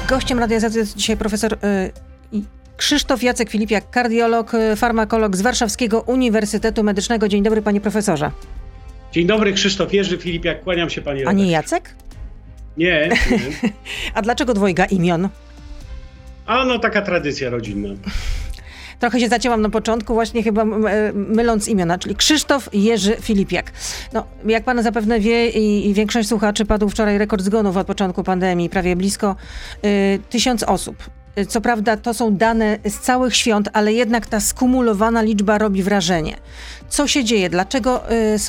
Gościem Radia Z jest dzisiaj profesor Krzysztof Jacek Filipiak, kardiolog, farmakolog z Warszawskiego Uniwersytetu Medycznego. Dzień dobry, panie profesorze. Dzień dobry, Krzysztof Jerzy Filipiak, kłaniam się, panie redaktor. A nie Jacek? Nie. A dlaczego dwojga imion? No taka tradycja rodzinna. Trochę się zacięłam na początku, właśnie chyba myląc imiona, czyli Krzysztof Jerzy Filipiak. No, jak pan zapewne wie i większość słuchaczy, padł wczoraj rekord zgonów od początku pandemii, prawie blisko 1000 osób. Co prawda to są dane z całych świąt, ale jednak ta skumulowana liczba robi wrażenie. Co się dzieje? Dlaczego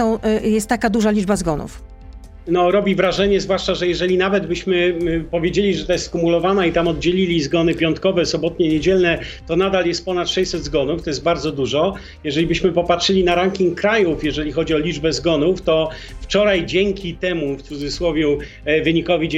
jest taka duża liczba zgonów? Robi wrażenie, zwłaszcza, że jeżeli nawet byśmy powiedzieli, że to jest skumulowana i tam oddzielili zgony piątkowe, sobotnie, niedzielne, to nadal jest ponad 600 zgonów, to jest bardzo dużo. Jeżeli byśmy popatrzyli na ranking krajów, jeżeli chodzi o liczbę zgonów, to wczoraj dzięki temu, w cudzysłowie, wynikowi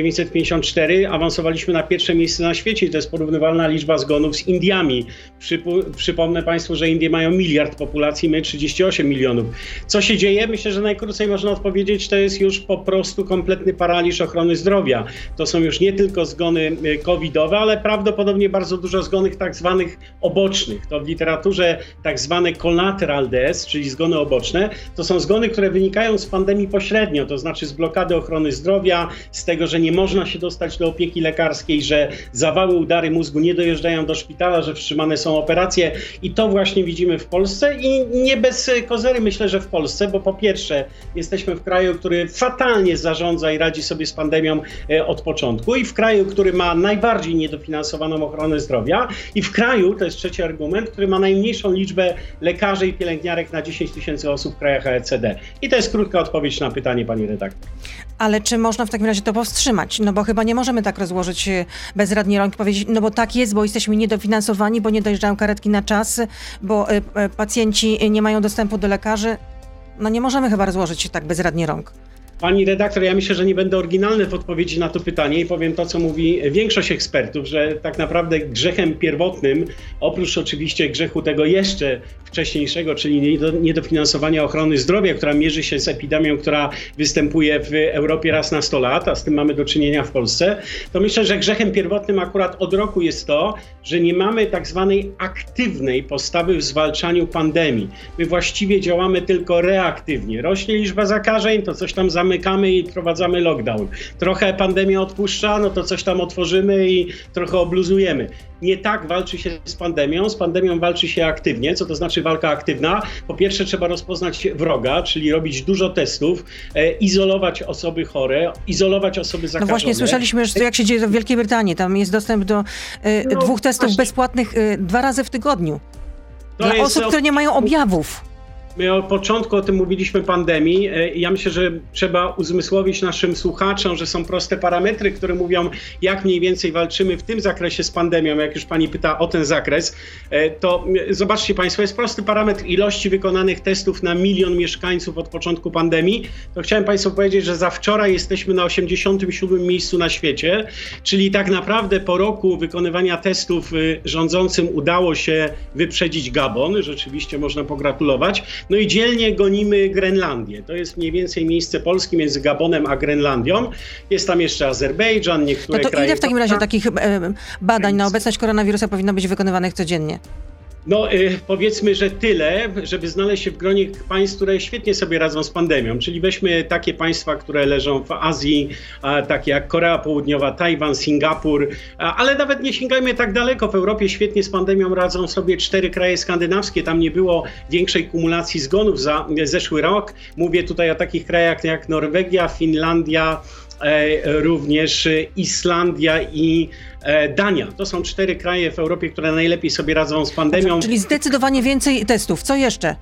954 awansowaliśmy na pierwsze miejsce na świecie i to jest porównywalna liczba zgonów z Indiami. Przypomnę państwu, że Indie mają 1 miliard populacji, my 38 milionów. Co się dzieje? Myślę, że najkrócej można odpowiedzieć, to jest już po prostu kompletny paraliż ochrony zdrowia. To są już nie tylko zgony covidowe, ale prawdopodobnie bardzo dużo zgonów tak zwanych obocznych. To w literaturze tak zwane collateral deaths, czyli zgony oboczne, to są zgony, które wynikają z pandemii pośrednio, to znaczy z blokady ochrony zdrowia, z tego, że nie można się dostać do opieki lekarskiej, że zawały, udary mózgu nie dojeżdżają do szpitala, że wstrzymane są operacje i to właśnie widzimy w Polsce i nie bez kozery myślę, że w Polsce, bo po pierwsze jesteśmy w kraju, który fatalnie zarządza i radzi sobie z pandemią od początku i w kraju, który ma najbardziej niedofinansowaną ochronę zdrowia i w kraju, to jest trzeci argument, który ma najmniejszą liczbę lekarzy i pielęgniarek na 10 000 osób w krajach OECD. I to jest krótka odpowiedź na pytanie, pani redaktor. Ale czy można w takim razie to powstrzymać? Bo chyba nie możemy tak rozłożyć bezradnie rąk i powiedzieć, bo tak jest, bo jesteśmy niedofinansowani, bo nie dojeżdżają karetki na czas, bo pacjenci nie mają dostępu do lekarzy. Nie możemy chyba rozłożyć tak bezradnie rąk. Pani redaktor, ja myślę, że nie będę oryginalny w odpowiedzi na to pytanie i powiem to, co mówi większość ekspertów, że tak naprawdę grzechem pierwotnym, oprócz oczywiście grzechu tego jeszcze wcześniejszego, czyli niedofinansowania ochrony zdrowia, która mierzy się z epidemią, która występuje w Europie raz na 100 lat, a z tym mamy do czynienia w Polsce, to myślę, że grzechem pierwotnym akurat od roku jest to, że nie mamy tak zwanej aktywnej postawy w zwalczaniu pandemii. My właściwie działamy tylko reaktywnie. Rośnie liczba zakażeń, to coś tam zamykamy i wprowadzamy lockdown. Trochę pandemia odpuszcza, to coś tam otworzymy i trochę obluzujemy. Nie tak walczy się z pandemią walczy się aktywnie. Co to znaczy walka aktywna? Po pierwsze trzeba rozpoznać wroga, czyli robić dużo testów, izolować osoby chore, izolować osoby zakażone. No właśnie słyszeliśmy, że to jak się dzieje w Wielkiej Brytanii, tam jest dostęp do 2 testów bezpłatnych 2 razy w tygodniu. Dla osób, które nie mają objawów. My od początku o tym mówiliśmy pandemii. Ja myślę, że trzeba uzmysłowić naszym słuchaczom, że są proste parametry, które mówią, jak mniej więcej walczymy w tym zakresie z pandemią. Jak już pani pyta o ten zakres, to zobaczcie państwo, jest prosty parametr ilości wykonanych testów na 1 milion mieszkańców od początku pandemii. To chciałem państwu powiedzieć, że za wczoraj jesteśmy na 87 miejscu na świecie, czyli tak naprawdę po roku wykonywania testów rządzącym udało się wyprzedzić Gabon. Rzeczywiście można pogratulować. No i dzielnie gonimy Grenlandię. To jest mniej więcej miejsce Polski między Gabonem a Grenlandią. Jest tam jeszcze Azerbejdżan, niektóre kraje... Ile w takim razie takich badań na obecność koronawirusa powinno być wykonywanych codziennie? Powiedzmy, że tyle, żeby znaleźć się w gronie państw, które świetnie sobie radzą z pandemią. Czyli weźmy takie państwa, które leżą w Azji, takie jak Korea Południowa, Tajwan, Singapur, ale nawet nie sięgajmy tak daleko. W Europie świetnie z pandemią radzą sobie 4 kraje skandynawskie. Tam nie było większej kumulacji zgonów za zeszły rok. Mówię tutaj o takich krajach jak Norwegia, Finlandia, również Islandia i Dania. To są 4 kraje w Europie, które najlepiej sobie radzą z pandemią. Czyli zdecydowanie więcej testów. Co jeszcze?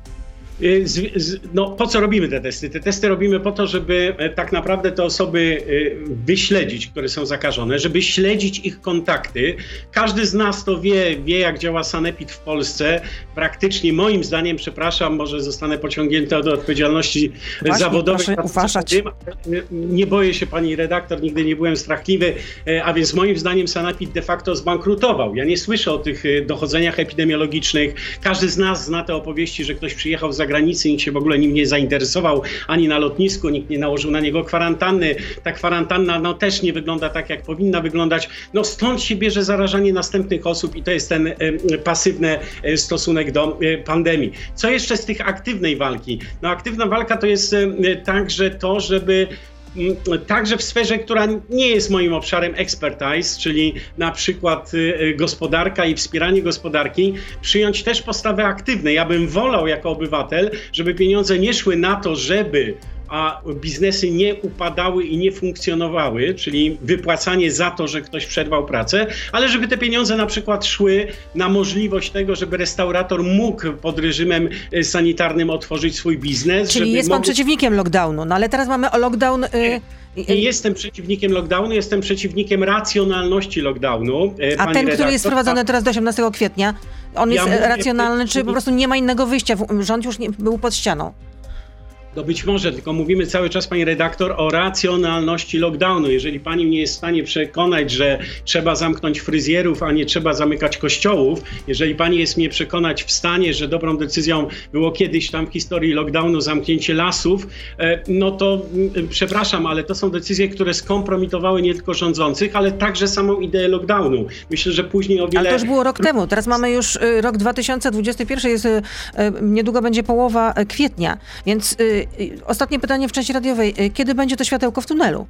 Po co robimy te testy? Te testy robimy po to, żeby tak naprawdę te osoby wyśledzić, które są zakażone, żeby śledzić ich kontakty. Każdy z nas to wie jak działa sanepid w Polsce. Praktycznie moim zdaniem, może zostanę pociągnięty do odpowiedzialności zawodowej. Proszę uważać. Nie boję się, pani redaktor, nigdy nie byłem strachliwy, a więc moim zdaniem sanepid de facto zbankrutował. Ja nie słyszę o tych dochodzeniach epidemiologicznych. Każdy z nas zna te opowieści, że ktoś przyjechał z zagranicy, nikt się w ogóle nim nie zainteresował, ani na lotnisku, nikt nie nałożył na niego kwarantanny. Ta kwarantanna też nie wygląda tak, jak powinna wyglądać. Stąd się bierze zarażanie następnych osób i to jest ten pasywny stosunek do pandemii. Co jeszcze z tych aktywnej walki? Aktywna walka to jest także to, żeby także w sferze, która nie jest moim obszarem expertise, czyli na przykład gospodarka i wspieranie gospodarki, przyjąć też postawę aktywną. Ja bym wolał jako obywatel, żeby pieniądze nie szły na to, żeby biznesy nie upadały i nie funkcjonowały, czyli wypłacanie za to, że ktoś przerwał pracę, ale żeby te pieniądze na przykład szły na możliwość tego, żeby restaurator mógł pod reżimem sanitarnym otworzyć swój biznes. Czyli jest pan przeciwnikiem lockdownu, ale teraz mamy lockdown... Nie jestem przeciwnikiem lockdownu, jestem przeciwnikiem racjonalności lockdownu. A ten, który jest wprowadzony teraz do 18 kwietnia, on jest racjonalny, czy po prostu nie ma innego wyjścia? Rząd już nie był pod ścianą. To być może, tylko mówimy cały czas, pani redaktor, o racjonalności lockdownu. Jeżeli pani mnie jest w stanie przekonać, że trzeba zamknąć fryzjerów, a nie trzeba zamykać kościołów, jeżeli pani jest mnie przekonać w stanie, że dobrą decyzją było kiedyś tam w historii lockdownu zamknięcie lasów, to przepraszam, ale to są decyzje, które skompromitowały nie tylko rządzących, ale także samą ideę lockdownu. Myślę, że później o wiele... Ale to już było rok temu. Teraz mamy już rok 2021, niedługo będzie połowa kwietnia, więc... Ostatnie pytanie w części radiowej. Kiedy będzie to światełko w tunelu?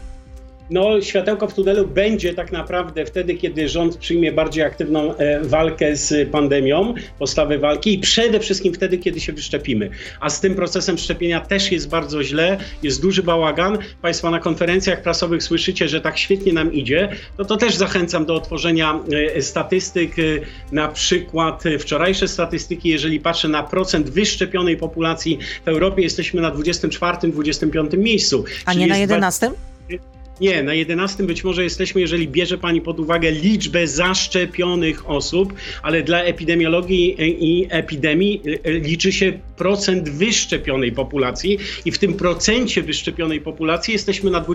Światełko w tunelu będzie tak naprawdę wtedy, kiedy rząd przyjmie bardziej aktywną walkę z pandemią, postawę walki i przede wszystkim wtedy, kiedy się wyszczepimy. A z tym procesem szczepienia też jest bardzo źle, jest duży bałagan. Państwo na konferencjach prasowych słyszycie, że tak świetnie nam idzie. To też zachęcam do otworzenia statystyk. Na przykład wczorajsze statystyki, jeżeli patrzę na procent wyszczepionej populacji w Europie, jesteśmy na 24-25 miejscu. A nie na 11? Nie, na 11 być może jesteśmy, jeżeli bierze pani pod uwagę liczbę zaszczepionych osób, ale dla epidemiologii i epidemii liczy się procent wyszczepionej populacji i w tym procencie wyszczepionej populacji jesteśmy na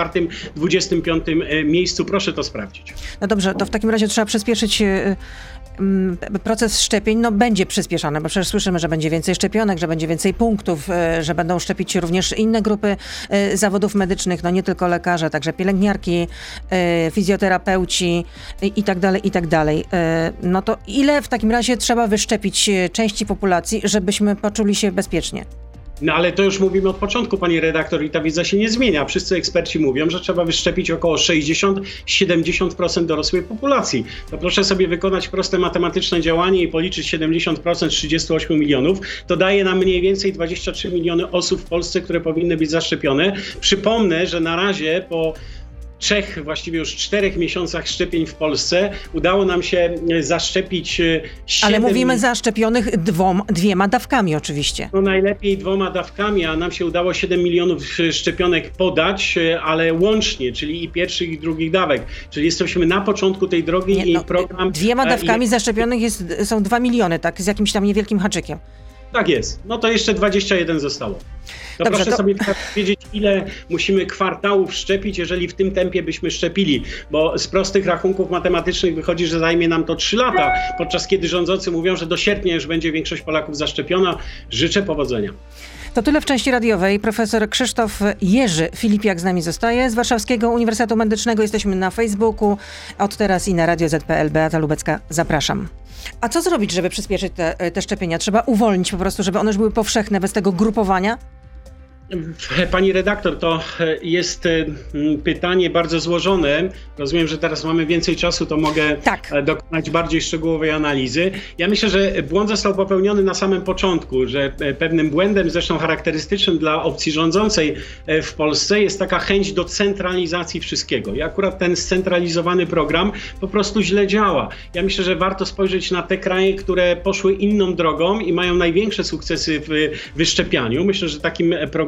24-25 miejscu. Proszę to sprawdzić. No dobrze, to w takim razie trzeba przyspieszyć proces szczepień. Będzie przyspieszany, bo przecież słyszymy, że będzie więcej szczepionek, że będzie więcej punktów, że będą szczepić się również inne grupy zawodów medycznych, nie tylko lekarze, także pielęgniarki, fizjoterapeuci i tak dalej, i tak dalej. To ile w takim razie trzeba wyszczepić części populacji, żebyśmy poczuli się bezpiecznie? Ale to już mówimy od początku, pani redaktor, i ta wiedza się nie zmienia. Wszyscy eksperci mówią, że trzeba wyszczepić około 60-70% dorosłej populacji. To proszę sobie wykonać proste matematyczne działanie i policzyć 70% 38 milionów. To daje nam mniej więcej 23 miliony osób w Polsce, które powinny być zaszczepione. Przypomnę, że na razie po 4 miesiącach szczepień w Polsce udało nam się zaszczepić 7... Ale mówimy zaszczepionych dwiema dawkami oczywiście. Najlepiej 2 dawkami, a nam się udało 7 milionów szczepionek podać, ale łącznie, czyli i pierwszych i drugich dawek. Czyli jesteśmy na początku tej drogi i program... 2 dawkami zaszczepionych są 2 miliony, tak, z jakimś tam niewielkim haczykiem. Tak jest. To jeszcze 21 zostało. Dobrze, proszę sobie powiedzieć, ile musimy kwartałów szczepić, jeżeli w tym tempie byśmy szczepili, bo z prostych rachunków matematycznych wychodzi, że zajmie nam to 3 lata, podczas kiedy rządzący mówią, że do sierpnia już będzie większość Polaków zaszczepiona. Życzę powodzenia. To tyle w części radiowej. Profesor Krzysztof Jerzy Filipiak z nami zostaje. Z Warszawskiego Uniwersytetu Medycznego jesteśmy na Facebooku. Od teraz i na Radio ZPL. Beata Lubecka, zapraszam. A co zrobić, żeby przyspieszyć te szczepienia? Trzeba uwolnić po prostu, żeby one już były powszechne bez tego grupowania? Pani redaktor, to jest pytanie bardzo złożone. Rozumiem, że teraz mamy więcej czasu, to mogę dokonać bardziej szczegółowej analizy. Ja myślę, że błąd został popełniony na samym początku, że pewnym błędem, zresztą charakterystycznym dla opcji rządzącej w Polsce, jest taka chęć do centralizacji wszystkiego. I akurat ten scentralizowany program po prostu źle działa. Ja myślę, że warto spojrzeć na te kraje, które poszły inną drogą i mają największe sukcesy w wyszczepianiu. Myślę, że takim programem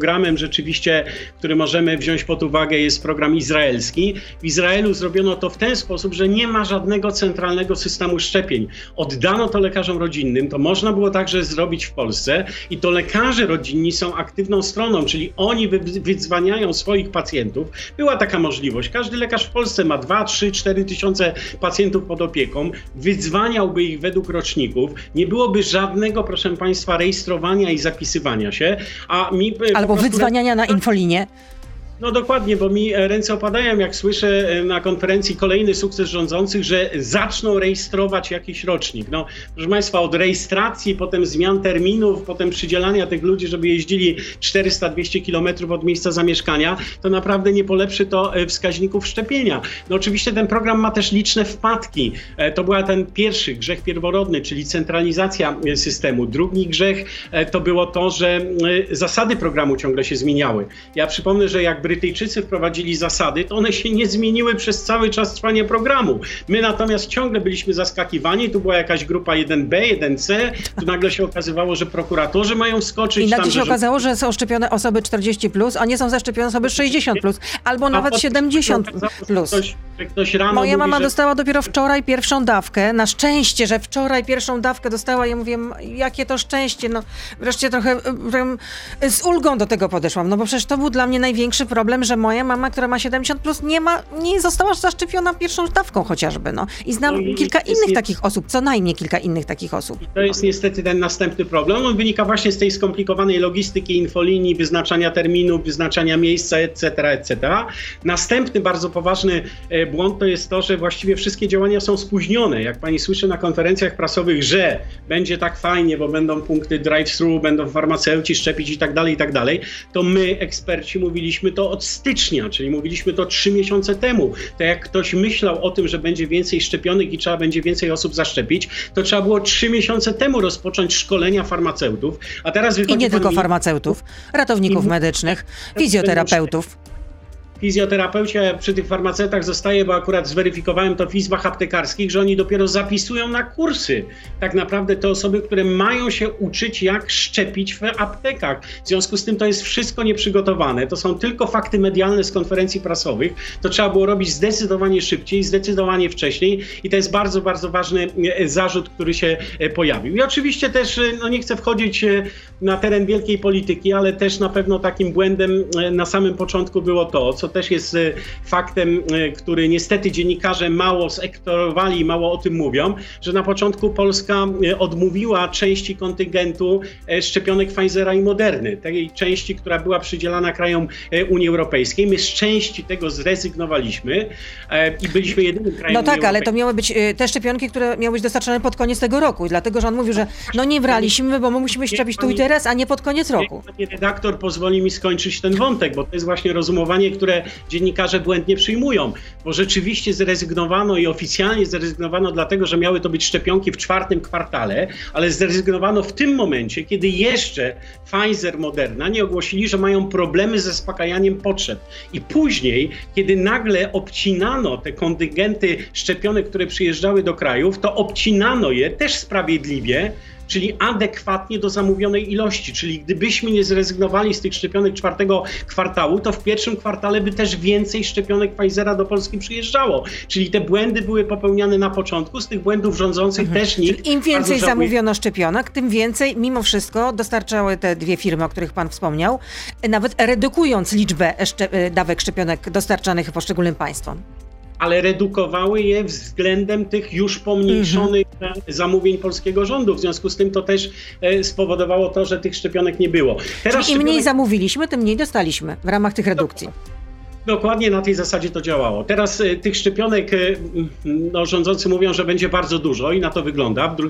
programem rzeczywiście, który możemy wziąć pod uwagę, jest program izraelski. W Izraelu zrobiono to w ten sposób, że nie ma żadnego centralnego systemu szczepień. Oddano to lekarzom rodzinnym, to można było także zrobić w Polsce i to lekarze rodzinni są aktywną stroną, czyli oni wydzwaniają swoich pacjentów. Była taka możliwość. Każdy lekarz w Polsce ma 2, 3, 4 tysiące pacjentów pod opieką, wydzwaniałby ich według roczników, nie byłoby żadnego, proszę Państwa, rejestrowania i zapisywania się, a mi... Albo wydzwaniania na infolinię. No dokładnie, bo mi ręce opadają, jak słyszę na konferencji kolejny sukces rządzących, że zaczną rejestrować jakiś rocznik. No, proszę Państwa, od rejestracji, potem zmian terminów, potem przydzielania tych ludzi, żeby jeździli 400-200 kilometrów od miejsca zamieszkania, to naprawdę nie polepszy to wskaźników szczepienia. No oczywiście ten program ma też liczne wpadki. To był ten pierwszy grzech pierworodny, czyli centralizacja systemu. Drugi grzech to było to, że zasady programu ciągle się zmieniały. Ja przypomnę, że jak Brytyjczycy wprowadzili zasady, to one się nie zmieniły przez cały czas trwania programu. My natomiast ciągle byliśmy zaskakiwani, tu była jakaś grupa 1B, 1C, tu nagle się okazywało, że prokuratorzy mają wskoczyć. I nagle się okazało, że są szczepione osoby 40+, a nie są zaszczepione osoby 60+, albo nawet 70+. Moja mama dostała dopiero wczoraj pierwszą dawkę. Na szczęście, że wczoraj pierwszą dawkę dostała. Ja mówię, jakie to szczęście. No, wreszcie trochę z ulgą do tego podeszłam, no bo przecież to był dla mnie największy problem, że moja mama, która ma 70+, nie została zaszczepiona pierwszą dawką chociażby. No. I znam kilka innych takich osób, co najmniej kilka innych takich osób. I to jest niestety ten następny problem. On wynika właśnie z tej skomplikowanej logistyki infolinii, wyznaczania terminów, wyznaczania miejsca, etc., etc. Następny bardzo poważny błąd to jest to, że właściwie wszystkie działania są spóźnione. Jak pani słyszy na konferencjach prasowych, że będzie tak fajnie, bo będą punkty drive-thru, będą farmaceuci szczepić i tak dalej, to my, eksperci, mówiliśmy to od stycznia, czyli mówiliśmy to 3 miesiące temu. To jak ktoś myślał o tym, że będzie więcej szczepionek i trzeba będzie więcej osób zaszczepić, to trzeba było 3 miesiące temu rozpocząć szkolenia farmaceutów, a teraz wychodzi... I nie tylko farmaceutów, ratowników medycznych, fizjoterapeutów. Fizjoterapeuci, a przy tych farmaceutach zostaje, bo akurat zweryfikowałem to w izbach aptekarskich, że oni dopiero zapisują na kursy. Tak naprawdę te osoby, które mają się uczyć, jak szczepić w aptekach. W związku z tym to jest wszystko nieprzygotowane. To są tylko fakty medialne z konferencji prasowych. To trzeba było robić zdecydowanie szybciej, zdecydowanie wcześniej i to jest bardzo, bardzo ważny zarzut, który się pojawił. I oczywiście też, no nie chcę wchodzić na teren wielkiej polityki, ale też na pewno takim błędem na samym początku było to, co też jest faktem, który niestety dziennikarze mało zeksplorowali i mało o tym mówią, że na początku Polska odmówiła części kontyngentu szczepionek Pfizera i Moderny, tej części, która była przydzielana krajom Unii Europejskiej. My z części tego zrezygnowaliśmy i byliśmy jedynym krajem No tak, ale to miały być te szczepionki, które miały być dostarczone pod koniec tego roku i dlatego, że on mówił, że no nie braliśmy, bo my musimy szczepić tu i teraz, a nie pod koniec roku. Pani redaktor pozwoli mi skończyć ten wątek, bo to jest właśnie rozumowanie, które dziennikarze błędnie przyjmują, bo rzeczywiście zrezygnowano i oficjalnie zrezygnowano dlatego, że miały to być szczepionki w 4. kwartale, ale zrezygnowano w tym momencie, kiedy jeszcze Pfizer, Moderna nie ogłosili, że mają problemy ze zaspokajaniem potrzeb. I później, kiedy nagle obcinano te kontyngenty szczepionek, które przyjeżdżały do krajów, to obcinano je też sprawiedliwie, czyli adekwatnie do zamówionej ilości. Czyli gdybyśmy nie zrezygnowali z tych szczepionek 4. kwartału, to w 1. kwartale by też więcej szczepionek Pfizera do Polski przyjeżdżało. Czyli te błędy były popełniane na początku, z tych błędów rządzących też nikt. Czyli im więcej zamówiono szczepionek, tym więcej mimo wszystko dostarczały te dwie firmy, o których pan wspomniał, nawet redukując liczbę dawek szczepionek dostarczanych poszczególnym państwom. Ale redukowały je względem tych już pomniejszonych zamówień polskiego rządu. W związku z tym to też spowodowało to, że tych szczepionek nie było. Teraz czyli im mniej zamówiliśmy, tym mniej dostaliśmy w ramach tych redukcji. Dokładnie na tej zasadzie to działało. Teraz tych szczepionek rządzący mówią, że będzie bardzo dużo i na to wygląda w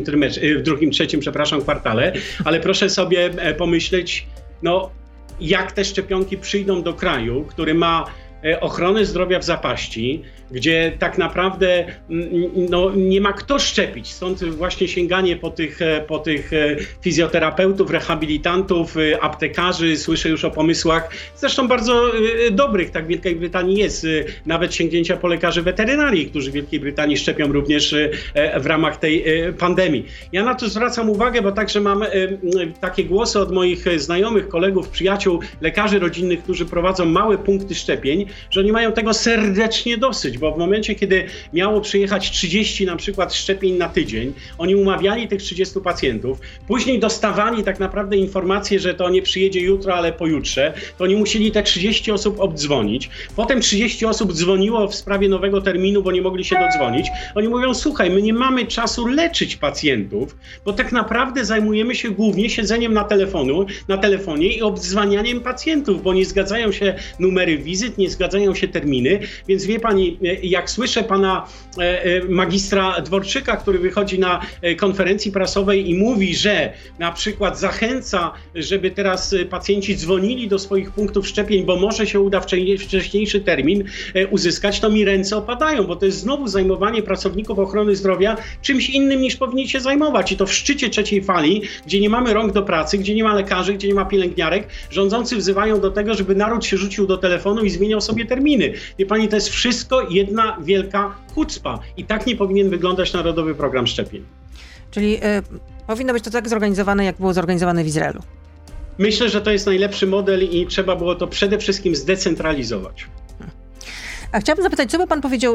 drugim, trzecim kwartale, ale proszę sobie pomyśleć, jak te szczepionki przyjdą do kraju, który ma ochrony zdrowia w zapaści, gdzie tak naprawdę nie ma kto szczepić. Stąd właśnie sięganie po tych fizjoterapeutów, rehabilitantów, aptekarzy. Słyszę już o pomysłach, zresztą bardzo dobrych, tak w Wielkiej Brytanii jest, nawet sięgnięcia po lekarzy weterynarii, którzy w Wielkiej Brytanii szczepią również w ramach tej pandemii. Ja na to zwracam uwagę, bo także mam takie głosy od moich znajomych, kolegów, przyjaciół, lekarzy rodzinnych, którzy prowadzą małe punkty szczepień, że oni mają tego serdecznie dosyć, bo w momencie, kiedy miało przyjechać 30 na przykład szczepień na tydzień, oni umawiali tych 30 pacjentów, później dostawali tak naprawdę informację, że to nie przyjedzie jutro, ale pojutrze, to oni musieli te 30 osób obdzwonić. Potem 30 osób dzwoniło w sprawie nowego terminu, bo nie mogli się dodzwonić. Oni mówią, słuchaj, my nie mamy czasu leczyć pacjentów, bo tak naprawdę zajmujemy się głównie siedzeniem na telefonie i obdzwanianiem pacjentów, bo nie zgadzają się numery wizyt, nie zgadzają się terminy, więc wie pani, jak słyszę pana magistra Dworczyka, który wychodzi na konferencji prasowej i mówi, że na przykład zachęca, żeby teraz pacjenci dzwonili do swoich punktów szczepień, bo może się uda wcześniejszy termin uzyskać, to mi ręce opadają, bo to jest znowu zajmowanie pracowników ochrony zdrowia czymś innym niż powinni się zajmować. I to w szczycie trzeciej fali, gdzie nie mamy rąk do pracy, gdzie nie ma lekarzy, gdzie nie ma pielęgniarek, rządzący wzywają do tego, żeby naród się rzucił do telefonu i zmieniał sobie terminy. Wie pani, to jest wszystko jedna wielka hucpa i tak nie powinien wyglądać Narodowy Program Szczepień. Czyli powinno być to tak zorganizowane, jak było zorganizowane w Izraelu. Myślę, że to jest najlepszy model i trzeba było to przede wszystkim zdecentralizować. A chciałabym zapytać, co by pan powiedział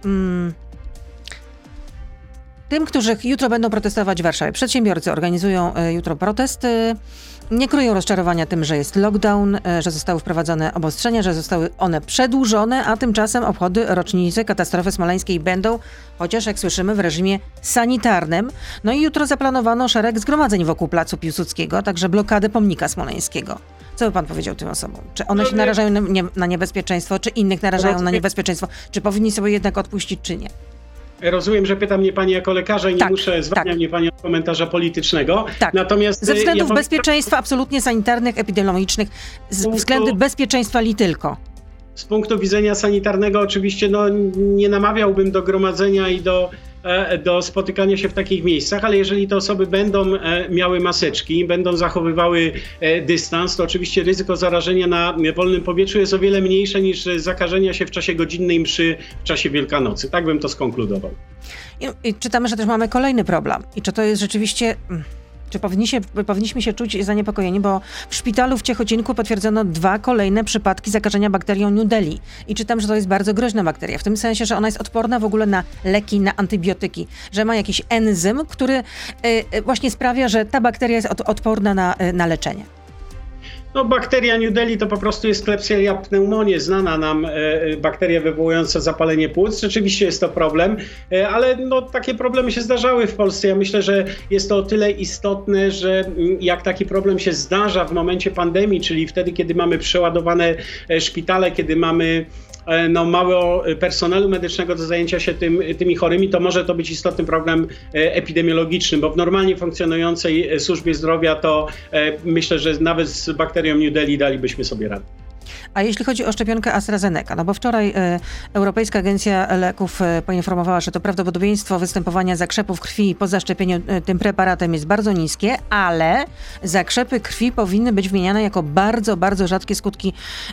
tym, którzy jutro będą protestować w Warszawie? Przedsiębiorcy organizują jutro protest. Nie kryją rozczarowania tym, że jest lockdown, że zostały wprowadzone obostrzenia, że zostały one przedłużone, a tymczasem obchody rocznicy katastrofy smoleńskiej będą, chociaż jak słyszymy, w reżimie sanitarnym. No i jutro zaplanowano szereg zgromadzeń wokół Placu Piłsudskiego, także blokadę pomnika smoleńskiego. Co by pan powiedział tym osobom? Czy one się narażają na niebezpieczeństwo, czy innych narażają na niebezpieczeństwo? Czy powinni sobie jednak odpuścić, czy nie? Rozumiem, że pyta mnie pani jako lekarza i nie muszę zwalniać mnie pani od komentarza politycznego. Tak. Natomiast ze względów bezpieczeństwa absolutnie sanitarnych, epidemiologicznych, względy bezpieczeństwa li tylko. Z punktu widzenia sanitarnego oczywiście nie namawiałbym do gromadzenia i do spotykania się w takich miejscach, ale jeżeli te osoby będą miały maseczki, będą zachowywały dystans, to oczywiście ryzyko zarażenia na wolnym powietrzu jest o wiele mniejsze niż zakażenia się w czasie godzinnej mszy w czasie Wielkanocy. Tak bym to skonkludował. I czytamy, że też mamy kolejny problem. I czy to jest rzeczywiście... Czy powinniśmy się czuć zaniepokojeni, bo w szpitalu w Ciechocinku potwierdzono 2 kolejne przypadki zakażenia bakterią New Delhi. I czytam, że to jest bardzo groźna bakteria, w tym sensie, że ona jest odporna w ogóle na leki, na antybiotyki, że ma jakiś enzym, który właśnie sprawia, że ta bakteria jest odporna na leczenie. Bakteria New Delhi to po prostu jest Klebsiella pneumoniae, znana nam bakteria wywołująca zapalenie płuc. Rzeczywiście jest to problem, ale takie problemy się zdarzały w Polsce. Ja myślę, że jest to o tyle istotne, że jak taki problem się zdarza w momencie pandemii, czyli wtedy, kiedy mamy przeładowane szpitale, kiedy mamy mało personelu medycznego do zajęcia się tymi chorymi, to może to być istotny problem epidemiologiczny, bo w normalnie funkcjonującej służbie zdrowia to myślę, że nawet z bakterią New Delhi dalibyśmy sobie radę. A jeśli chodzi o szczepionkę AstraZeneca, bo wczoraj Europejska Agencja Leków poinformowała, że to prawdopodobieństwo występowania zakrzepów krwi po zaszczepieniu tym preparatem jest bardzo niskie, ale zakrzepy krwi powinny być wymieniane jako bardzo, bardzo rzadkie skutki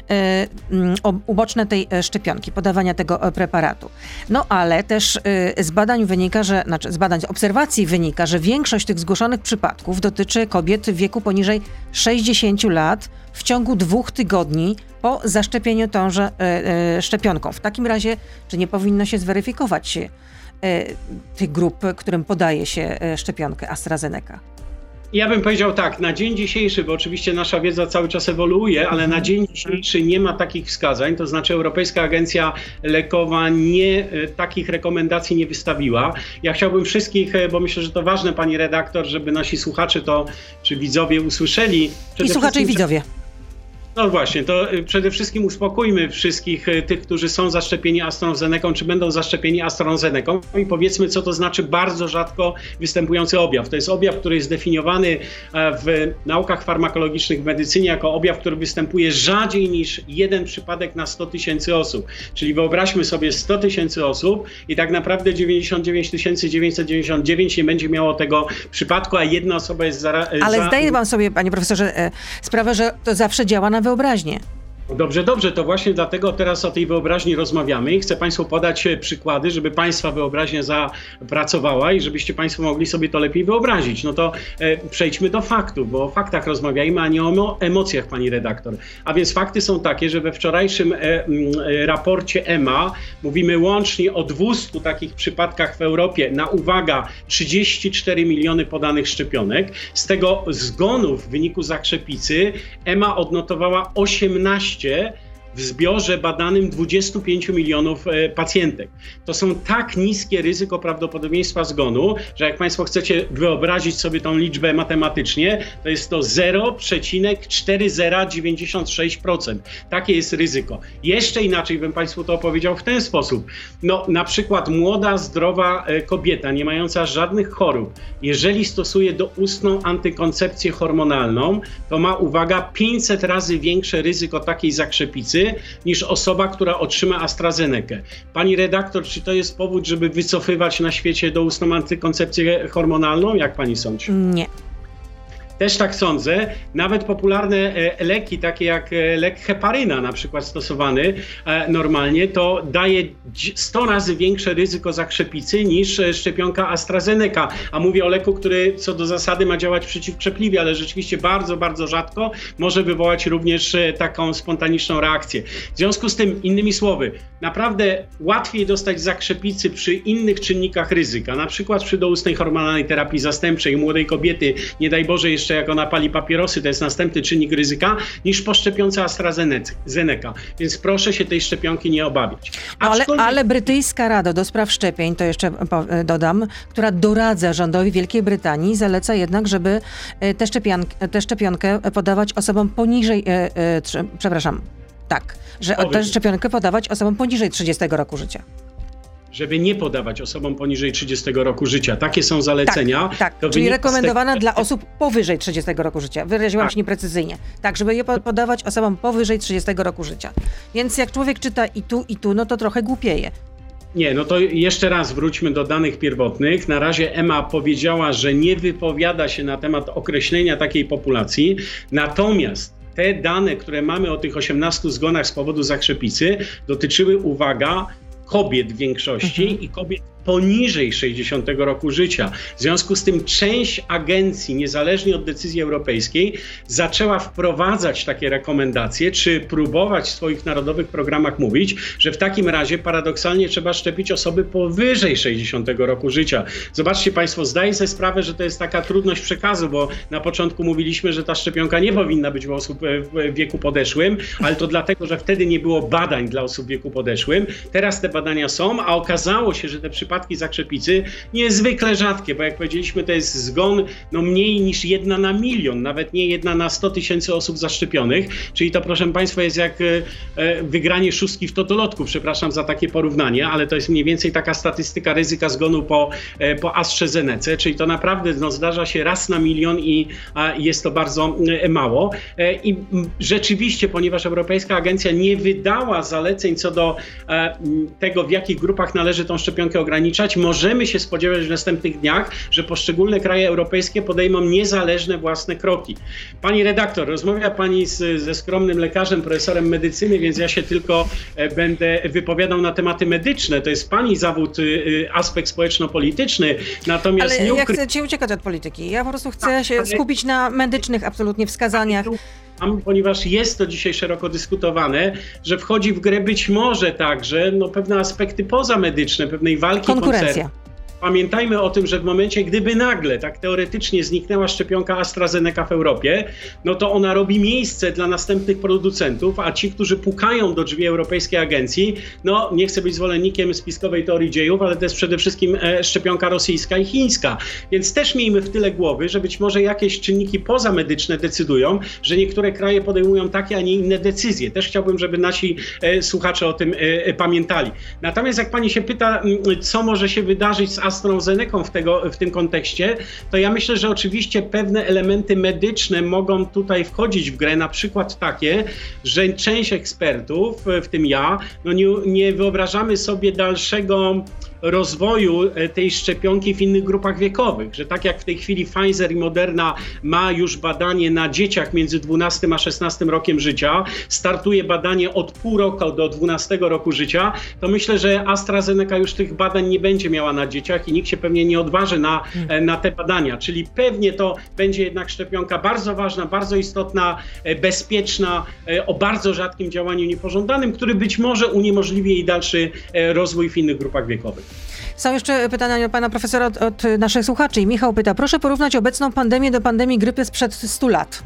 uboczne tej szczepionki, podawania tego preparatu. Ale też z badań wynika, z obserwacji wynika, że większość tych zgłoszonych przypadków dotyczy kobiet w wieku poniżej 60 lat w ciągu 2 tygodni po zaszczepieniu tąże szczepionką. W takim razie, czy nie powinno się zweryfikować tych grup, którym podaje się szczepionkę AstraZeneca? Ja bym powiedział tak, na dzień dzisiejszy, bo oczywiście nasza wiedza cały czas ewoluuje, ale na dzień dzisiejszy nie ma takich wskazań, to znaczy Europejska Agencja Lekowa takich rekomendacji nie wystawiła. Ja chciałbym wszystkich, bo myślę, że to ważne, pani redaktor, żeby nasi słuchacze czy widzowie usłyszeli. I słuchacze i widzowie. No właśnie, to przede wszystkim uspokójmy wszystkich tych, którzy są zaszczepieni AstraZeneką, czy będą zaszczepieni AstraZeneką i powiedzmy, co to znaczy bardzo rzadko występujący objaw. To jest objaw, który jest definiowany w naukach farmakologicznych, w medycynie jako objaw, który występuje rzadziej niż jeden przypadek na 100 000 osób. Czyli wyobraźmy sobie 100 000 osób i tak naprawdę 99 999 nie będzie miało tego przypadku, a jedna osoba jest Ale zdaję wam sobie, panie profesorze, sprawę, że to zawsze działa na wyobraźnię. Dobrze, to właśnie dlatego teraz o tej wyobraźni rozmawiamy i chcę Państwu podać przykłady, żeby Państwa wyobraźnia zapracowała i żebyście Państwo mogli sobie to lepiej wyobrazić. No to przejdźmy do faktów, bo o faktach rozmawiajmy, a nie o emocjach, pani redaktor. A więc fakty są takie, że we wczorajszym raporcie EMA mówimy łącznie o 200 takich przypadkach w Europie na, uwaga, 34 miliony podanych szczepionek. Z tego zgonów w wyniku zakrzepicy EMA odnotowała 18 w zbiorze badanym 25 milionów pacjentek. To są tak niskie ryzyko prawdopodobieństwa zgonu, że jak Państwo chcecie wyobrazić sobie tą liczbę matematycznie, to jest to 0,4096%. Takie jest ryzyko. Jeszcze inaczej bym Państwu to opowiedział w ten sposób. No, na przykład młoda, zdrowa kobieta, nie mająca żadnych chorób, jeżeli stosuje doustną antykoncepcję hormonalną, to ma, uwaga, 500 razy większe ryzyko takiej zakrzepicy niż osoba, która otrzyma AstraZenekę. Pani redaktor, czy to jest powód, żeby wycofywać na świecie doustną antykoncepcję hormonalną? Jak pani sądzi? Nie. Też tak sądzę. Nawet popularne leki, takie jak lek heparyna na przykład stosowany normalnie, to daje 100 razy większe ryzyko zakrzepicy niż szczepionka AstraZeneca. A mówię o leku, który co do zasady ma działać przeciwkrzepliwie, ale rzeczywiście bardzo, bardzo rzadko może wywołać również taką spontaniczną reakcję. W związku z tym, innymi słowy, naprawdę łatwiej dostać zakrzepicy przy innych czynnikach ryzyka, na przykład przy doustnej hormonalnej terapii zastępczej u młodej kobiety, nie daj Boże jeszcze jak ona pali papierosy, to jest następny czynnik ryzyka, niż po szczepionce AstraZeneca. Więc proszę się tej szczepionki nie obawiać. Ale brytyjska Rada do spraw szczepień, to jeszcze dodam, która doradza rządowi Wielkiej Brytanii, zaleca jednak, żeby tę szczepionkę podawać osobom poniżej, tę szczepionkę podawać osobom poniżej 30 roku życia. Żeby nie podawać osobom poniżej 30 roku życia. Takie są zalecenia. Tak. Czyli rekomendowana dla osób powyżej 30 roku życia. Wyraziłam się nieprecyzyjnie. Tak, żeby je podawać osobom powyżej 30 roku życia. Więc jak człowiek czyta i tu, no to trochę głupieje. Nie, no to jeszcze raz wróćmy do danych pierwotnych. Na razie EMA powiedziała, że nie wypowiada się na temat określenia takiej populacji. Natomiast te dane, które mamy o tych 18 zgonach z powodu zakrzepicy, dotyczyły, uwaga, kobiet w większości i kobiet poniżej 60 roku życia. W związku z tym część agencji, niezależnie od decyzji europejskiej, zaczęła wprowadzać takie rekomendacje, czy próbować w swoich narodowych programach mówić, że w takim razie paradoksalnie trzeba szczepić osoby powyżej 60 roku życia. Zobaczcie Państwo, zdaję sobie sprawę, że to jest taka trudność przekazu, bo na początku mówiliśmy, że ta szczepionka nie powinna być u osób w wieku podeszłym, ale to dlatego, że wtedy nie było badań dla osób w wieku podeszłym. Teraz te badania są, a okazało się, że te przypadki zakrzepicy niezwykle rzadkie, bo jak powiedzieliśmy, to jest zgon mniej niż 1 na milion, nawet nie 1 na 100 000 osób zaszczepionych, czyli to, proszę Państwa, jest jak wygranie szóstki w totolotku, przepraszam za takie porównanie, ale to jest mniej więcej taka statystyka ryzyka zgonu po AstraZenece, czyli to naprawdę zdarza się raz na milion i jest to bardzo mało. I rzeczywiście, ponieważ Europejska Agencja nie wydała zaleceń co do tego, w jakich grupach należy tą szczepionkę ograniczać, możemy się spodziewać w następnych dniach, że poszczególne kraje europejskie podejmą niezależne własne kroki. Pani redaktor, rozmawia Pani ze skromnym lekarzem, profesorem medycyny, więc ja się tylko będę wypowiadał na tematy medyczne. To jest Pani zawód, aspekt społeczno-polityczny. Natomiast ale ja chcę uciekać od polityki. Ja po prostu chcę się skupić na medycznych absolutnie wskazaniach. Ponieważ jest to dzisiaj szeroko dyskutowane, że wchodzi w grę być może także pewne aspekty pozamedyczne, pewnej walki konkurencja. Pamiętajmy o tym, że w momencie, gdyby nagle, tak teoretycznie zniknęła szczepionka AstraZeneca w Europie, no to ona robi miejsce dla następnych producentów, a ci, którzy pukają do drzwi Europejskiej Agencji, no nie chcę być zwolennikiem spiskowej teorii dziejów, ale to jest przede wszystkim szczepionka rosyjska i chińska. Więc też miejmy w tyle głowy, że być może jakieś czynniki pozamedyczne decydują, że niektóre kraje podejmują takie, a nie inne decyzje. Też chciałbym, żeby nasi słuchacze o tym pamiętali. Natomiast jak pani się pyta, co może się wydarzyć z AstraZenecą w tym kontekście, to ja myślę, że oczywiście pewne elementy medyczne mogą tutaj wchodzić w grę, na przykład takie, że część ekspertów, w tym ja, no nie wyobrażamy sobie dalszego rozwoju tej szczepionki w innych grupach wiekowych, że tak jak w tej chwili Pfizer i Moderna ma już badanie na dzieciach między 12 a 16 rokiem życia, startuje badanie od pół roku do 12 roku życia, to myślę, że AstraZeneca już tych badań nie będzie miała na dzieciach i nikt się pewnie nie odważy na te badania, czyli pewnie to będzie jednak szczepionka bardzo ważna, bardzo istotna, bezpieczna, o bardzo rzadkim działaniu niepożądanym, który być może uniemożliwi jej dalszy rozwój w innych grupach wiekowych. Są jeszcze pytania od pana profesora od naszych słuchaczy. I Michał pyta, proszę porównać obecną pandemię do pandemii grypy sprzed 100 lat.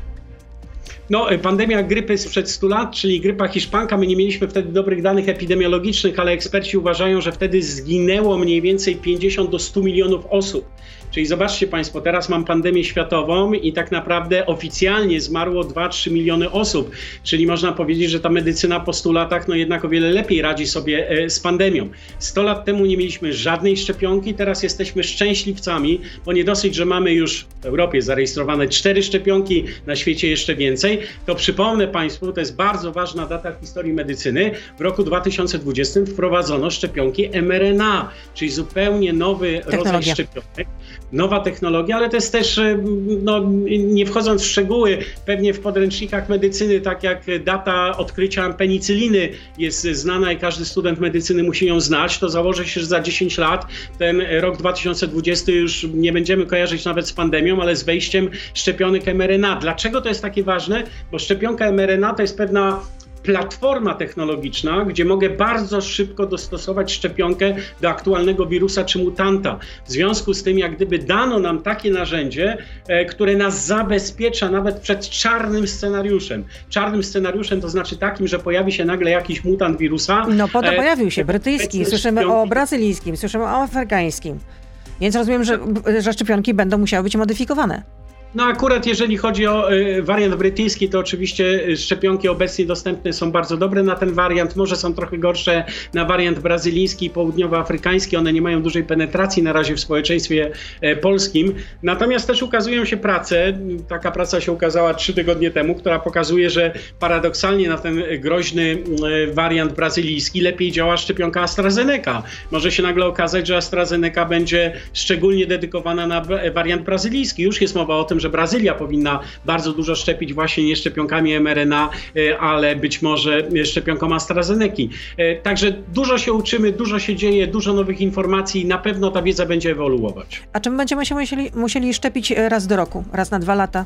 No, pandemia grypy sprzed 100 lat, czyli grypa hiszpanka, my nie mieliśmy wtedy dobrych danych epidemiologicznych, ale eksperci uważają, że wtedy zginęło mniej więcej 50 do 100 milionów osób. Czyli zobaczcie państwo, teraz mam pandemię światową i tak naprawdę oficjalnie zmarło 2-3 miliony osób. Czyli można powiedzieć, że ta medycyna po 100 latach no jednak o wiele lepiej radzi sobie z pandemią. 100 lat temu nie mieliśmy żadnej szczepionki, teraz jesteśmy szczęśliwcami, bo nie dosyć, że mamy już w Europie zarejestrowane 4 szczepionki, na świecie jeszcze więcej, to przypomnę państwu, to jest bardzo ważna data w historii medycyny, w roku 2020 wprowadzono szczepionki mRNA, czyli zupełnie nowy rodzaj szczepionek. Nowa technologia, ale to jest też, no, nie wchodząc w szczegóły, pewnie w podręcznikach medycyny, tak jak data odkrycia penicyliny jest znana i każdy student medycyny musi ją znać, to założę się, że za 10 lat ten rok 2020 już nie będziemy kojarzyć nawet z pandemią, ale z wejściem szczepionek mRNA. Dlaczego to jest takie ważne? Bo szczepionka mRNA to jest pewna platforma technologiczna, gdzie mogę bardzo szybko dostosować szczepionkę do aktualnego wirusa czy mutanta. W związku z tym, jak gdyby dano nam takie narzędzie, które nas zabezpiecza nawet przed czarnym scenariuszem. Czarnym scenariuszem to znaczy takim, że pojawi się nagle jakiś mutant wirusa. No pojawił się brytyjski, słyszymy o brazylijskim, słyszymy o afrykańskim. Więc rozumiem, że szczepionki będą musiały być modyfikowane. No akurat jeżeli chodzi o wariant brytyjski, to oczywiście szczepionki obecnie dostępne są bardzo dobre na ten wariant, może są trochę gorsze na wariant brazylijski i południowoafrykański, one nie mają dużej penetracji na razie w społeczeństwie polskim. Natomiast też ukazują się prace, taka praca się ukazała 3 tygodnie temu, która pokazuje, że paradoksalnie na ten groźny wariant brazylijski lepiej działa szczepionka AstraZeneca. Może się nagle okazać, że AstraZeneca będzie szczególnie dedykowana na wariant brazylijski. Już jest mowa o tym, że Brazylia powinna bardzo dużo szczepić właśnie nie szczepionkami mRNA, ale być może szczepionką AstraZeneki. Także dużo się uczymy, dużo się dzieje, dużo nowych informacji i na pewno ta wiedza będzie ewoluować. A czym będziemy się musieli szczepić raz do roku, raz na 2 lata?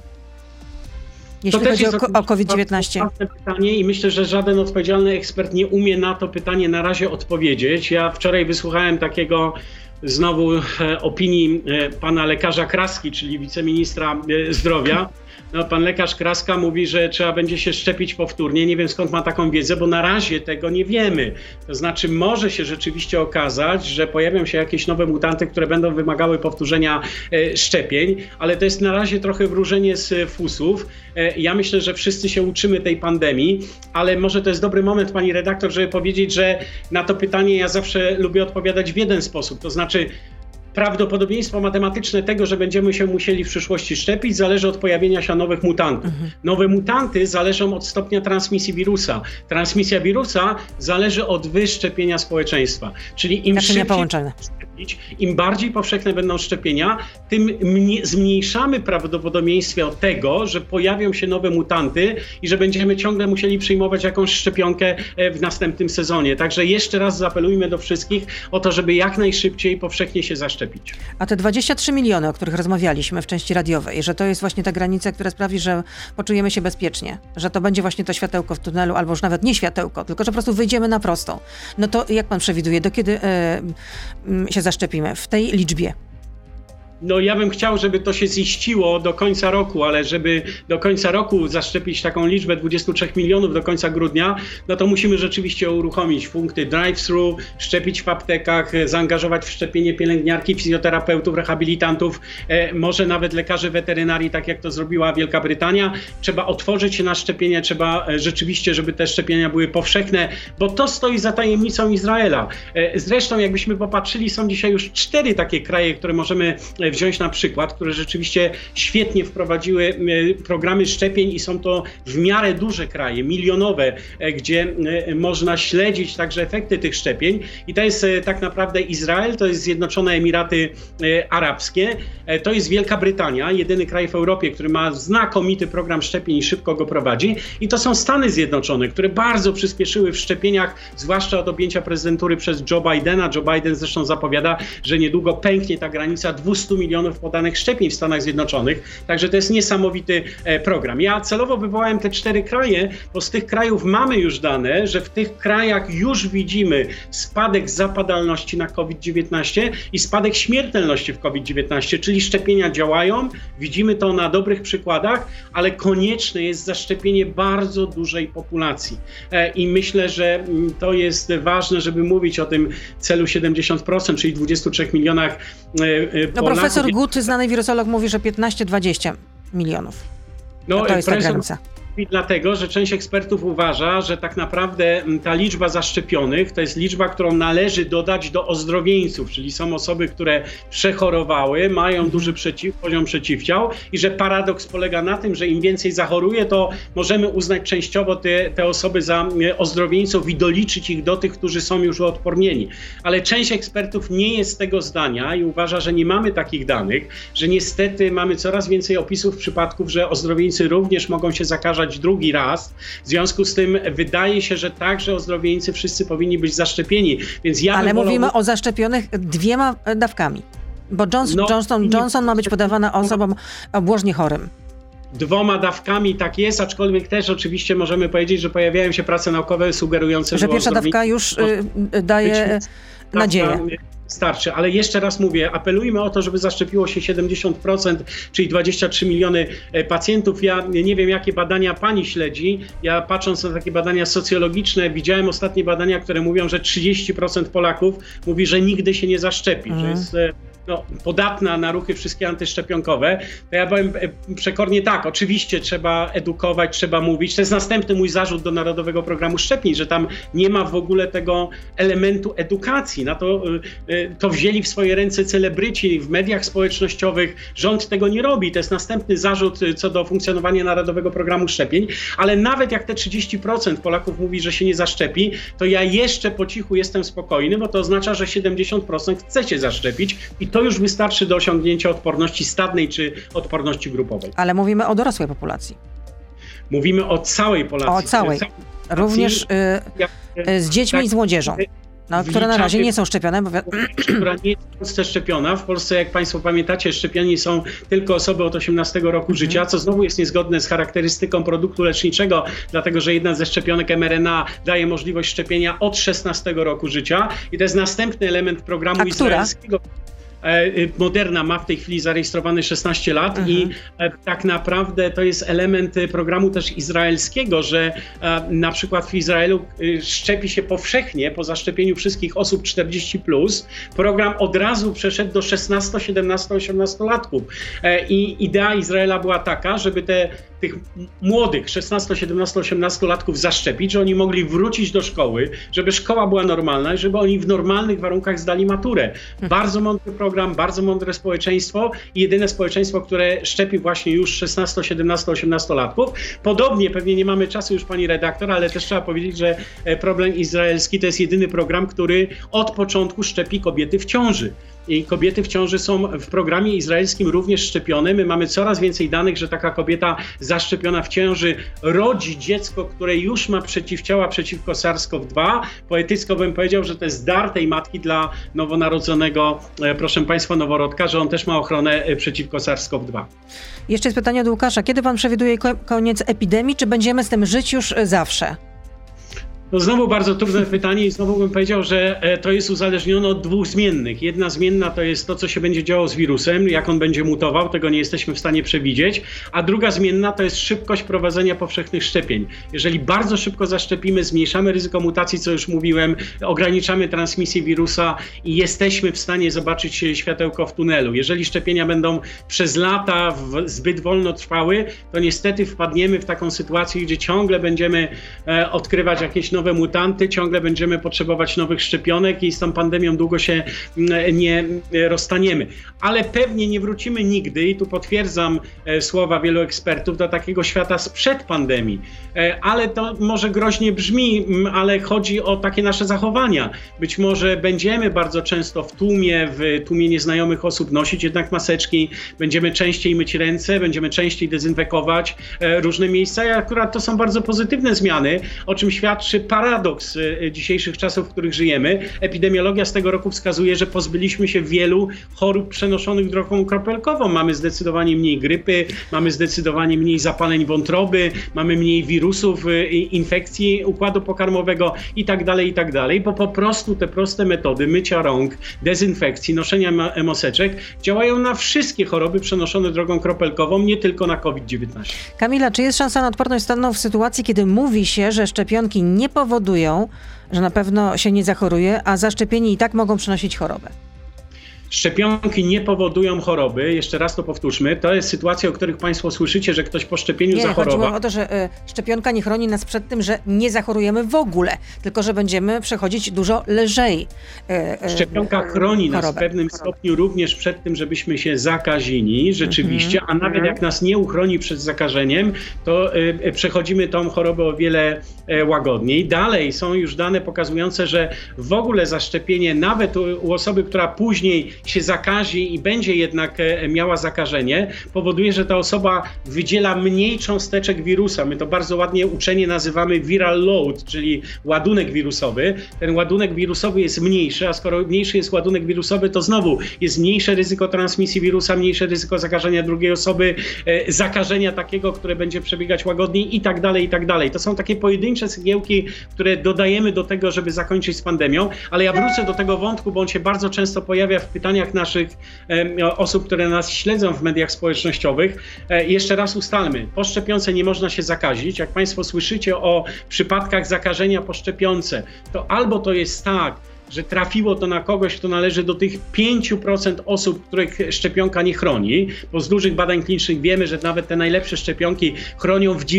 Jeśli chodzi o COVID-19. To jest pytanie i myślę, że żaden odpowiedzialny ekspert nie umie na to pytanie na razie odpowiedzieć. Ja wczoraj wysłuchałem takiego znowu opinii pana lekarza Kraski, czyli wiceministra zdrowia. No, pan lekarz Kraska mówi, że trzeba będzie się szczepić powtórnie. Nie wiem, skąd ma taką wiedzę, bo na razie tego nie wiemy. To znaczy może się rzeczywiście okazać, że pojawią się jakieś nowe mutanty, które będą wymagały powtórzenia szczepień, ale to jest na razie trochę wróżenie z fusów. Ja myślę, że wszyscy się uczymy tej pandemii, ale może to jest dobry moment, pani redaktor, żeby powiedzieć, że na to pytanie ja zawsze lubię odpowiadać w jeden sposób. To znaczy prawdopodobieństwo matematyczne tego, że będziemy się musieli w przyszłości szczepić, zależy od pojawienia się nowych mutantów. Nowe mutanty zależą od stopnia transmisji wirusa. Transmisja wirusa zależy od wyszczepienia społeczeństwa. Czyli im szybciej szczepić, im bardziej powszechne będą szczepienia, tym zmniejszamy prawdopodobieństwo tego, że pojawią się nowe mutanty i że będziemy ciągle musieli przyjmować jakąś szczepionkę w następnym sezonie. Także jeszcze raz zaapelujmy do wszystkich o to, żeby jak najszybciej powszechnie się zaszczepić. A te 23 miliony, o których rozmawialiśmy w części radiowej, że to jest właśnie ta granica, która sprawi, że poczujemy się bezpiecznie, że to będzie właśnie to światełko w tunelu, albo już nawet nie światełko, tylko że po prostu wyjdziemy na prostą. No to jak pan przewiduje, do kiedy się zaszczepimy? zaszczepimy w tej liczbie? No ja bym chciał, żeby to się ziściło do końca roku, ale żeby do końca roku zaszczepić taką liczbę 23 milionów do końca grudnia, no to musimy rzeczywiście uruchomić punkty drive-thru, szczepić w aptekach, zaangażować w szczepienie pielęgniarki, fizjoterapeutów, rehabilitantów, może nawet lekarzy weterynarii, tak jak to zrobiła Wielka Brytania. Trzeba otworzyć się na szczepienia, trzeba rzeczywiście, żeby te szczepienia były powszechne, bo to stoi za tajemnicą Izraela. Zresztą jakbyśmy popatrzyli, są dzisiaj już 4 takie kraje, które możemy wziąć na przykład, które rzeczywiście świetnie wprowadziły programy szczepień i są to w miarę duże kraje, milionowe, gdzie można śledzić także efekty tych szczepień. I to jest tak naprawdę Izrael, to jest Zjednoczone Emiraty Arabskie, to jest Wielka Brytania, jedyny kraj w Europie, który ma znakomity program szczepień i szybko go prowadzi. I to są Stany Zjednoczone, które bardzo przyspieszyły w szczepieniach, zwłaszcza od objęcia prezydentury przez Joe Bidena. Joe Biden zresztą zapowiada, że niedługo pęknie ta granica 200 milionów podanych szczepień w Stanach Zjednoczonych. Także to jest niesamowity program. Ja celowo wywołałem te 4 kraje, bo z tych krajów mamy już dane, że w tych krajach już widzimy spadek zapadalności na COVID-19 i spadek śmiertelności w COVID-19, czyli szczepienia działają, widzimy to na dobrych przykładach, ale konieczne jest zaszczepienie bardzo dużej populacji. I myślę, że to jest ważne, żeby mówić o tym celu 70%, czyli 23 milionach Polaków. Profesor Gut, znany wirusolog, mówi, że 15-20 milionów. To jest ta granica. I dlatego, że część ekspertów uważa, że tak naprawdę ta liczba zaszczepionych to jest liczba, którą należy dodać do ozdrowieńców, czyli są osoby, które przechorowały, mają duży poziom przeciwciał i że paradoks polega na tym, że im więcej zachoruje, to możemy uznać częściowo te osoby za ozdrowieńców i doliczyć ich do tych, którzy są już uodpornieni. Ale część ekspertów nie jest tego zdania i uważa, że nie mamy takich danych, że niestety mamy coraz więcej opisów przypadków, że ozdrowieńcy również mogą się zakażać drugi raz. W związku z tym wydaje się, że także ozdrowieńcy wszyscy powinni być zaszczepieni. Więc ale mówimy o zaszczepionych 2 dawkami, bo Johnson ma być podawana osobom obłożnie chorym. 2 dawkami tak jest, aczkolwiek też oczywiście możemy powiedzieć, że pojawiają się prace naukowe sugerujące, że pierwsza dawka już daje nadzieję. Starczy, ale jeszcze raz mówię, apelujmy o to, żeby zaszczepiło się 70%, czyli 23 miliony pacjentów. Ja nie wiem, jakie badania pani śledzi. Ja patrząc na takie badania socjologiczne, widziałem ostatnie badania, które mówią, że 30% Polaków mówi, że nigdy się nie zaszczepi, że jest podatna na ruchy wszystkie antyszczepionkowe. To ja powiem przekornie tak, oczywiście trzeba edukować, trzeba mówić. To jest następny mój zarzut do Narodowego Programu Szczepień, że tam nie ma w ogóle tego elementu edukacji. Na to wzięli w swoje ręce celebryci w mediach społecznościowych. Rząd tego nie robi. To jest następny zarzut co do funkcjonowania Narodowego Programu Szczepień. Ale nawet jak te 30% Polaków mówi, że się nie zaszczepi, to ja jeszcze po cichu jestem spokojny, bo to oznacza, że 70% chce się zaszczepić i to już wystarczy do osiągnięcia odporności stadnej czy odporności grupowej. Ale mówimy o dorosłej populacji. Mówimy o całej populacji. O całej. Również z dziećmi i z młodzieżą. Które na razie nie są szczepione. Która nie jest w Polsce szczepiona. W Polsce, jak Państwo pamiętacie, szczepieni są tylko osoby od 18 roku życia, co znowu jest niezgodne z charakterystyką produktu leczniczego, dlatego że jedna ze szczepionek mRNA daje możliwość szczepienia od 16 roku życia i to jest następny element programu izraelskiego. Moderna ma w tej chwili zarejestrowany 16 lat i tak naprawdę to jest element programu też izraelskiego, że na przykład w Izraelu szczepi się powszechnie po zaszczepieniu wszystkich osób 40+. Program od razu przeszedł do 16, 17, 18-latków. I idea Izraela była taka, żeby tych młodych 16, 17, 18-latków zaszczepić, że oni mogli wrócić do szkoły, żeby szkoła była normalna i żeby oni w normalnych warunkach zdali maturę. Bardzo mądry program, bardzo mądre społeczeństwo i jedyne społeczeństwo, które szczepi właśnie już 16, 17, 18-latków. Podobnie, pewnie nie mamy czasu już pani redaktor, ale też trzeba powiedzieć, że problem izraelski to jest jedyny program, który od początku szczepi kobiety w ciąży. I kobiety w ciąży są w programie izraelskim również szczepione. My mamy coraz więcej danych, że taka kobieta zaszczepiona w ciąży rodzi dziecko, które już ma przeciwciała przeciwko SARS-CoV-2. Poetycko bym powiedział, że to jest dar tej matki dla nowonarodzonego, proszę Państwa, noworodka, że on też ma ochronę przeciwko SARS-CoV-2. Jeszcze jest pytanie od Łukasza. Kiedy pan przewiduje koniec epidemii? Czy będziemy z tym żyć już zawsze? No znowu bardzo trudne pytanie i znowu bym powiedział, że to jest uzależnione od dwóch zmiennych. Jedna zmienna to jest to, co się będzie działo z wirusem, jak on będzie mutował, tego nie jesteśmy w stanie przewidzieć, a druga zmienna to jest szybkość prowadzenia powszechnych szczepień. Jeżeli bardzo szybko zaszczepimy, zmniejszamy ryzyko mutacji, co już mówiłem, ograniczamy transmisję wirusa i jesteśmy w stanie zobaczyć światełko w tunelu. Jeżeli szczepienia będą przez lata zbyt wolno trwały, to niestety wpadniemy w taką sytuację, gdzie ciągle będziemy odkrywać jakieś nowe mutanty, ciągle będziemy potrzebować nowych szczepionek i z tą pandemią długo się nie rozstaniemy. Ale pewnie nie wrócimy nigdy, i tu potwierdzam słowa wielu ekspertów, do takiego świata sprzed pandemii. Ale to może groźnie brzmi, ale chodzi o takie nasze zachowania. Być może będziemy bardzo często w tłumie nieznajomych osób nosić jednak maseczki, będziemy częściej myć ręce, będziemy częściej dezynfekować różne miejsca i akurat to są bardzo pozytywne zmiany, o czym świadczy paradoks dzisiejszych czasów, w których żyjemy. Epidemiologia z tego roku wskazuje, że pozbyliśmy się wielu chorób przenoszonych drogą kropelkową. Mamy zdecydowanie mniej grypy, mamy zdecydowanie mniej zapaleń wątroby, mamy mniej wirusów, infekcji układu pokarmowego i tak dalej, bo po prostu te proste metody mycia rąk, dezynfekcji, noszenia maseczek działają na wszystkie choroby przenoszone drogą kropelkową, nie tylko na COVID-19. Kamila, czy jest szansa na odporność stanową w sytuacji, kiedy mówi się, że szczepionki nie powodują, że na pewno się nie zachoruje, a zaszczepieni i tak mogą przynosić chorobę? Szczepionki nie powodują choroby, jeszcze raz to powtórzmy, to jest sytuacja, o których Państwo słyszycie, że ktoś po szczepieniu zachorował. Chodziło o to, że szczepionka nie chroni nas przed tym, że nie zachorujemy w ogóle, tylko że będziemy przechodzić dużo lżej Szczepionka chroni nas w pewnym stopniu również przed tym, żebyśmy się zakazili rzeczywiście, a nawet jak nas nie uchroni przed zakażeniem, to przechodzimy tą chorobę o wiele łagodniej. Dalej są już dane pokazujące, że w ogóle zaszczepienie nawet u osoby, która później się zakazi i będzie jednak miała zakażenie, powoduje, że ta osoba wydziela mniej cząsteczek wirusa. My to bardzo ładnie uczenie nazywamy viral load, czyli ładunek wirusowy. Ten ładunek wirusowy jest mniejszy, a skoro mniejszy jest ładunek wirusowy, to znowu jest mniejsze ryzyko transmisji wirusa, mniejsze ryzyko zakażenia drugiej osoby, zakażenia takiego, które będzie przebiegać łagodniej i tak dalej. To są takie pojedyncze cegiełki, które dodajemy do tego, żeby zakończyć z pandemią, ale ja wrócę do tego wątku, bo on się bardzo często pojawia w pytaniach naszych osób, które nas śledzą w mediach społecznościowych. Jeszcze raz ustalmy, po szczepionce nie można się zakazić. Jak Państwo słyszycie o przypadkach zakażenia po szczepionce, to albo to jest tak, że trafiło to na kogoś, kto należy do tych 5% osób, których szczepionka nie chroni, bo z dużych badań klinicznych wiemy, że nawet te najlepsze szczepionki chronią w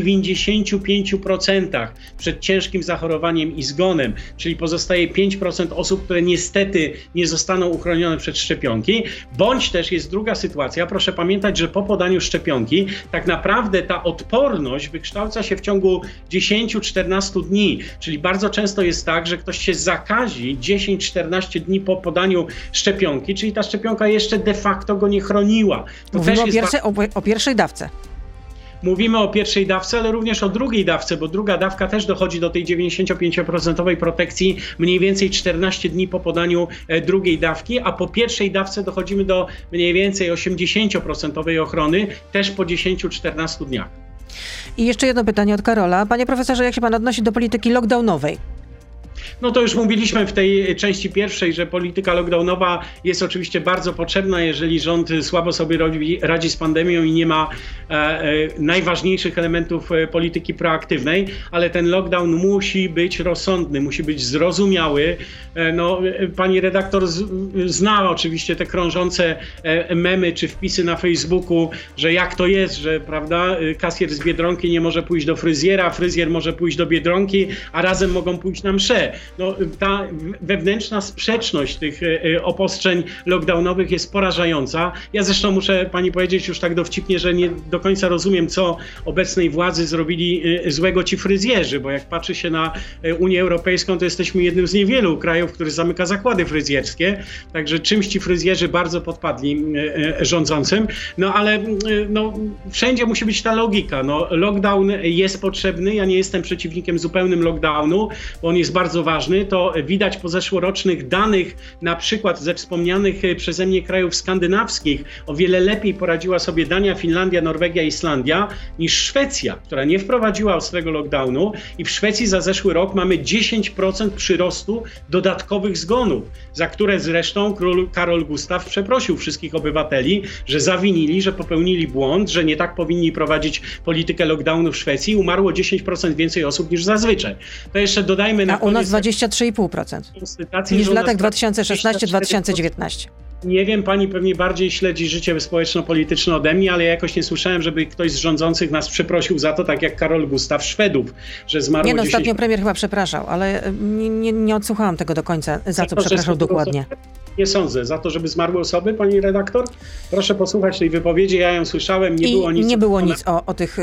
95% przed ciężkim zachorowaniem i zgonem, czyli pozostaje 5% osób, które niestety nie zostaną uchronione przed szczepionki, bądź też jest druga sytuacja, proszę pamiętać, że po podaniu szczepionki tak naprawdę ta odporność wykształca się w ciągu 10-14 dni, czyli bardzo często jest tak, że ktoś się zakazi 10-14 dni po podaniu szczepionki, czyli ta szczepionka jeszcze de facto go nie chroniła. Mówimy o pierwszej dawce. Mówimy o pierwszej dawce, ale również o drugiej dawce, bo druga dawka też dochodzi do tej 95% protekcji mniej więcej 14 dni po podaniu drugiej dawki, a po pierwszej dawce dochodzimy do mniej więcej 80% ochrony też po 10-14 dniach. I jeszcze jedno pytanie od Karola. Panie profesorze, jak się pan odnosi do polityki lockdownowej? No to już mówiliśmy w tej części pierwszej, że polityka lockdownowa jest oczywiście bardzo potrzebna, jeżeli rząd słabo sobie radzi z pandemią i nie ma najważniejszych elementów polityki proaktywnej, ale ten lockdown musi być rozsądny, musi być zrozumiały. No, pani redaktor zna oczywiście te krążące memy czy wpisy na Facebooku, że jak to jest, że prawda, kasjer z Biedronki nie może pójść do fryzjera, fryzjer może pójść do Biedronki, a razem mogą pójść na mszę. No, ta wewnętrzna sprzeczność tych obostrzeń lockdownowych jest porażająca. Ja zresztą muszę pani powiedzieć już tak dowcipnie, że nie do końca rozumiem, co obecnej władzy zrobili złego ci fryzjerzy, bo jak patrzy się na Unię Europejską, to jesteśmy jednym z niewielu krajów, który zamyka zakłady fryzjerskie, także czymś ci fryzjerzy bardzo podpadli rządzącym. No ale no, wszędzie musi być ta logika. No, lockdown jest potrzebny, ja nie jestem przeciwnikiem zupełnym lockdownu, bo on jest bardzo bardzo ważny, to widać po zeszłorocznych danych, na przykład ze wspomnianych przeze mnie krajów skandynawskich, o wiele lepiej poradziła sobie Dania, Finlandia, Norwegia, Islandia niż Szwecja, która nie wprowadziła ostrego lockdownu i w Szwecji za zeszły rok mamy 10% przyrostu dodatkowych zgonów, za które zresztą król Karol Gustaf przeprosił wszystkich obywateli, że zawinili, że popełnili błąd, że nie tak powinni prowadzić politykę lockdownu w Szwecji. Umarło 10% więcej osób niż zazwyczaj. To jeszcze dodajmy na koniec... A u nas 23,5% niż w latach 2016-2019. Nie wiem, pani pewnie bardziej śledzi życie społeczno-polityczne ode mnie, ale jakoś nie słyszałem, żeby ktoś z rządzących nas przeprosił za to, tak jak Karol Gustaf Szwedów, że zmarło 10%. Ostatnio premier chyba przepraszał, ale nie odsłuchałam tego do końca, za co przepraszał dokładnie. Nie sądzę. Za to, żeby zmarły osoby, pani redaktor? Proszę posłuchać tej wypowiedzi, ja ją słyszałem, nie było nic o tych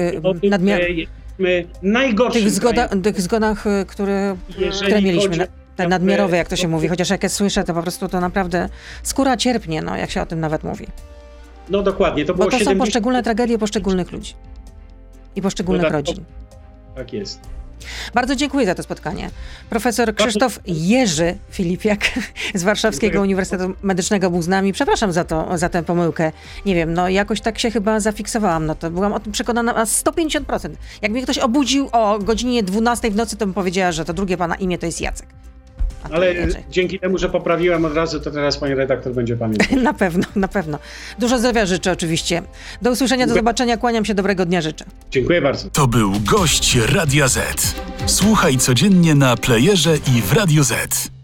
tych zgonach, które mieliśmy. Te nadmiarowe, jak to się mówi, chociaż jak ja słyszę, to po prostu to naprawdę skóra cierpnie, no, jak się o tym nawet mówi. No dokładnie. To było bo to są poszczególne tragedie poszczególnych ludzi i poszczególnych rodzin. Tak jest. Bardzo dziękuję za to spotkanie. Profesor Krzysztof Jerzy Filipiak z Warszawskiego Uniwersytetu Medycznego był z nami. Przepraszam za tę pomyłkę. Nie wiem, no jakoś tak się chyba zafiksowałam. No to byłam o tym przekonana na 150%. Jak mnie ktoś obudził o godzinie 12 w nocy, to bym powiedziała, że to drugie pana imię to jest Jacek. Ale dzięki temu, że poprawiłem od razu, to teraz pani redaktor będzie pamiętał. Na pewno. Dużo zdrowia życzę oczywiście. Do usłyszenia, do zobaczenia. Kłaniam się, dobrego dnia życzę. Dziękuję bardzo. To był gość Radia Z. Słuchaj codziennie na playerze i w Radio Z.